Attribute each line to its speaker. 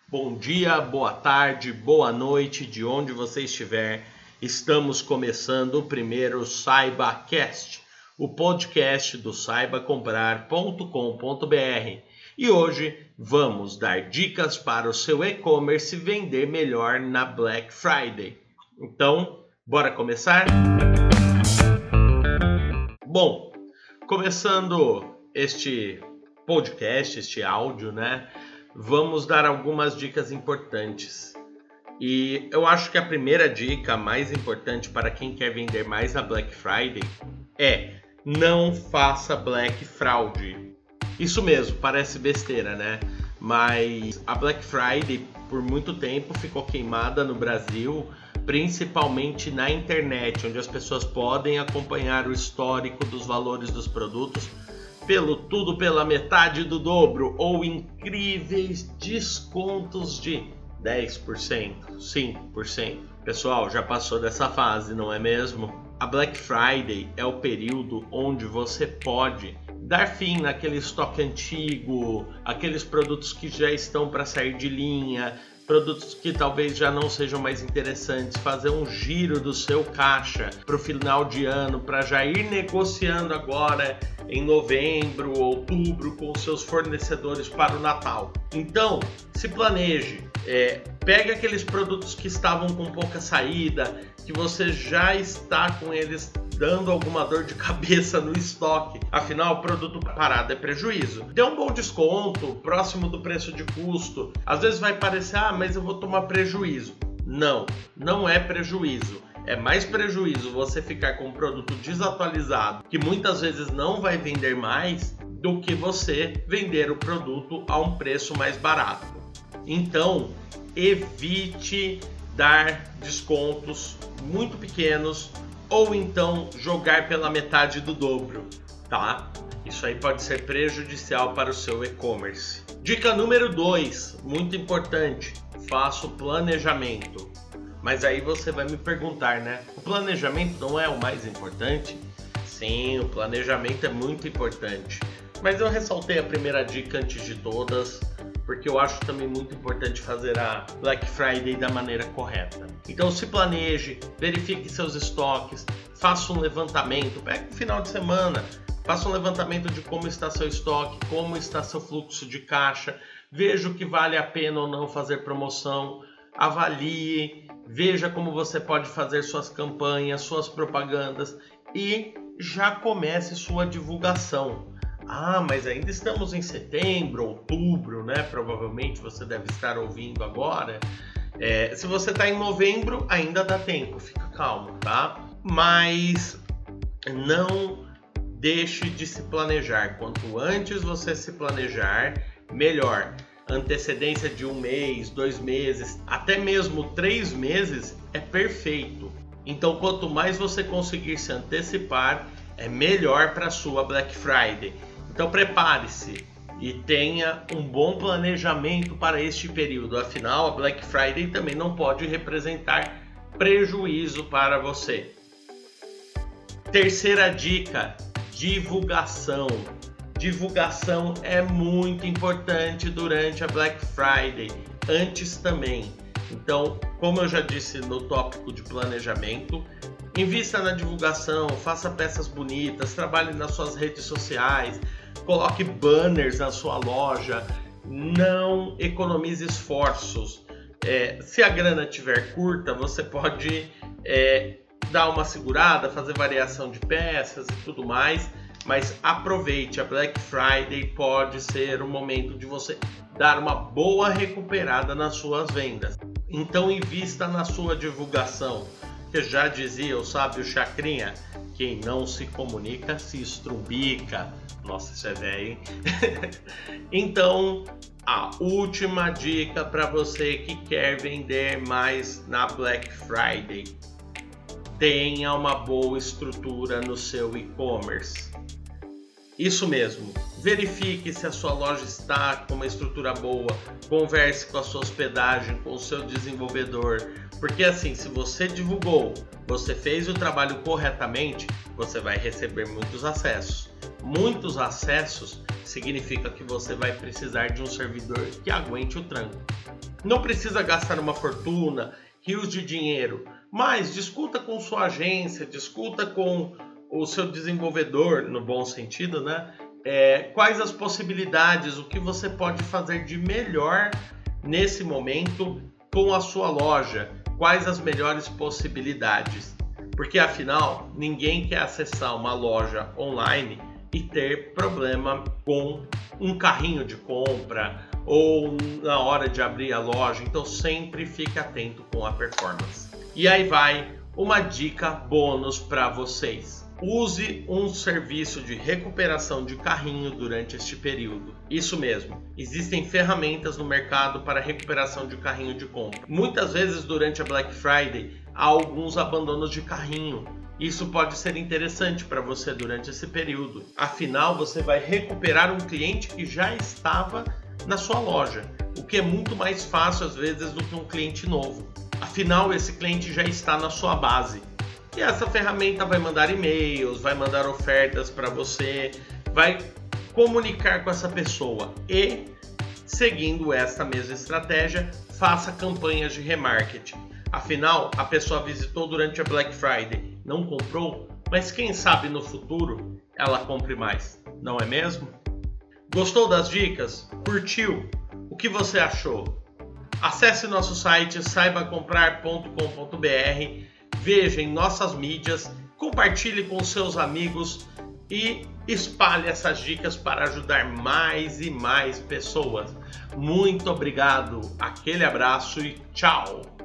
Speaker 1: Bom dia, boa tarde, boa noite, de onde você estiver. Estamos começando o primeiro SaibaCast, o podcast do saibacomprar.com.br. E hoje vamos dar dicas para o seu e-commerce vender melhor na Black Friday. Então, bora começar? Bom, começando este podcast, este áudio, né? Vamos dar algumas dicas importantes. E eu acho que a primeira dica mais importante para quem quer vender mais na Black Friday é: não faça Black Fraud. Isso mesmo, parece besteira, né? Mas a Black Friday por muito tempo ficou queimada no Brasil, principalmente na internet, onde as pessoas podem acompanhar o histórico dos valores dos produtos tudo pela metade do dobro ou incríveis descontos de 10%, 5%. Pessoal, já passou dessa fase, não é mesmo? A Black Friday é o período onde você pode dar fim naquele estoque antigo, aqueles produtos que já estão para sair de linha, produtos que talvez já não sejam mais interessantes, fazer um giro do seu caixa para o final de ano, para já ir negociando agora em novembro, outubro com seus fornecedores para o Natal. Então, se planeje, pegue aqueles produtos que estavam com pouca saída, que você já está com eles dando alguma dor de cabeça no estoque. Afinal, produto parado é prejuízo. Dê um bom desconto, próximo do preço de custo. Às vezes vai parecer, mas eu vou tomar prejuízo. Não, não é prejuízo. É mais prejuízo você ficar com um produto desatualizado, que muitas vezes não vai vender mais, do que você vender o produto a um preço mais barato. Então, evite dar descontos muito pequenos ou então jogar pela metade do dobro, tá? Isso aí pode ser prejudicial para o seu e-commerce. Dica número 2, muito importante: faça o planejamento. Mas aí você vai me perguntar, né? O planejamento não é o mais importante? Sim, o planejamento é muito importante. Mas eu ressaltei a primeira dica antes de todas, porque eu acho também muito importante fazer a Black Friday da maneira correta. Então se planeje, verifique seus estoques, faça um levantamento, pegue um final de semana, faça um levantamento de como está seu estoque, como está seu fluxo de caixa, veja o que vale a pena ou não fazer promoção, avalie, veja como você pode fazer suas campanhas, suas propagandas e já comece sua divulgação. Mas ainda estamos em setembro, outubro, né? Provavelmente você deve estar ouvindo agora. Se você está em novembro, ainda dá tempo, fica calmo, tá? Mas não deixe de se planejar. Quanto antes você se planejar, melhor. Antecedência de 1 mês, 2 meses, até mesmo 3 meses é perfeito. Então, quanto mais você conseguir se antecipar, é melhor para a sua Black Friday. Então, prepare-se e tenha um bom planejamento para este período. Afinal, a Black Friday também não pode representar prejuízo para você. Terceira dica: divulgação. Divulgação é muito importante durante a Black Friday, antes também. Então, como eu já disse no tópico de planejamento, invista na divulgação, faça peças bonitas, trabalhe nas suas redes sociais, coloque banners na sua loja, não economize esforços. Se a grana estiver curta, você pode dar uma segurada, fazer variação de peças e tudo mais, mas aproveite, a Black Friday pode ser o momento de você dar uma boa recuperada nas suas vendas. Então invista na sua divulgação, que já dizia o sábio Chacrinha: quem não se comunica se estrumbica. Nossa, isso é velho, hein? Então, a última dica para você que quer vender mais na Black Friday: tenha uma boa estrutura no seu e-commerce. Isso mesmo, verifique se a sua loja está com uma estrutura boa, converse com a sua hospedagem, com o seu desenvolvedor, porque assim, se você divulgou, você fez o trabalho corretamente, você vai receber muitos acessos. Muitos acessos significa que você vai precisar de um servidor que aguente o tranco. Não precisa gastar uma fortuna, rios de dinheiro, mas discuta com sua agência, discuta com o seu desenvolvedor, no bom sentido, né? Quais as possibilidades, o que você pode fazer de melhor nesse momento com a sua loja, quais as melhores possibilidades. Porque afinal, ninguém quer acessar uma loja online e ter problema com um carrinho de compra ou na hora de abrir a loja, então sempre fique atento com a performance. E aí vai uma dica bônus para vocês. Use um serviço de recuperação de carrinho durante este período. Isso mesmo, existem ferramentas no mercado para recuperação de carrinho de compra. Muitas vezes durante a Black Friday há alguns abandonos de carrinho. Isso pode ser interessante para você durante esse período. Afinal, você vai recuperar um cliente que já estava na sua loja, o que é muito mais fácil às vezes do que um cliente novo. Afinal, esse cliente já está na sua base. E essa ferramenta vai mandar e-mails, vai mandar ofertas para você, vai comunicar com essa pessoa e, seguindo essa mesma estratégia, faça campanhas de remarketing. Afinal, a pessoa visitou durante a Black Friday, não comprou, mas quem sabe no futuro ela compre mais, não é mesmo? Gostou das dicas? Curtiu? O que você achou? Acesse nosso site saibacomprar.com.br, veja em nossas mídias, compartilhe com seus amigos e espalhe essas dicas para ajudar mais e mais pessoas. Muito obrigado, aquele abraço e tchau!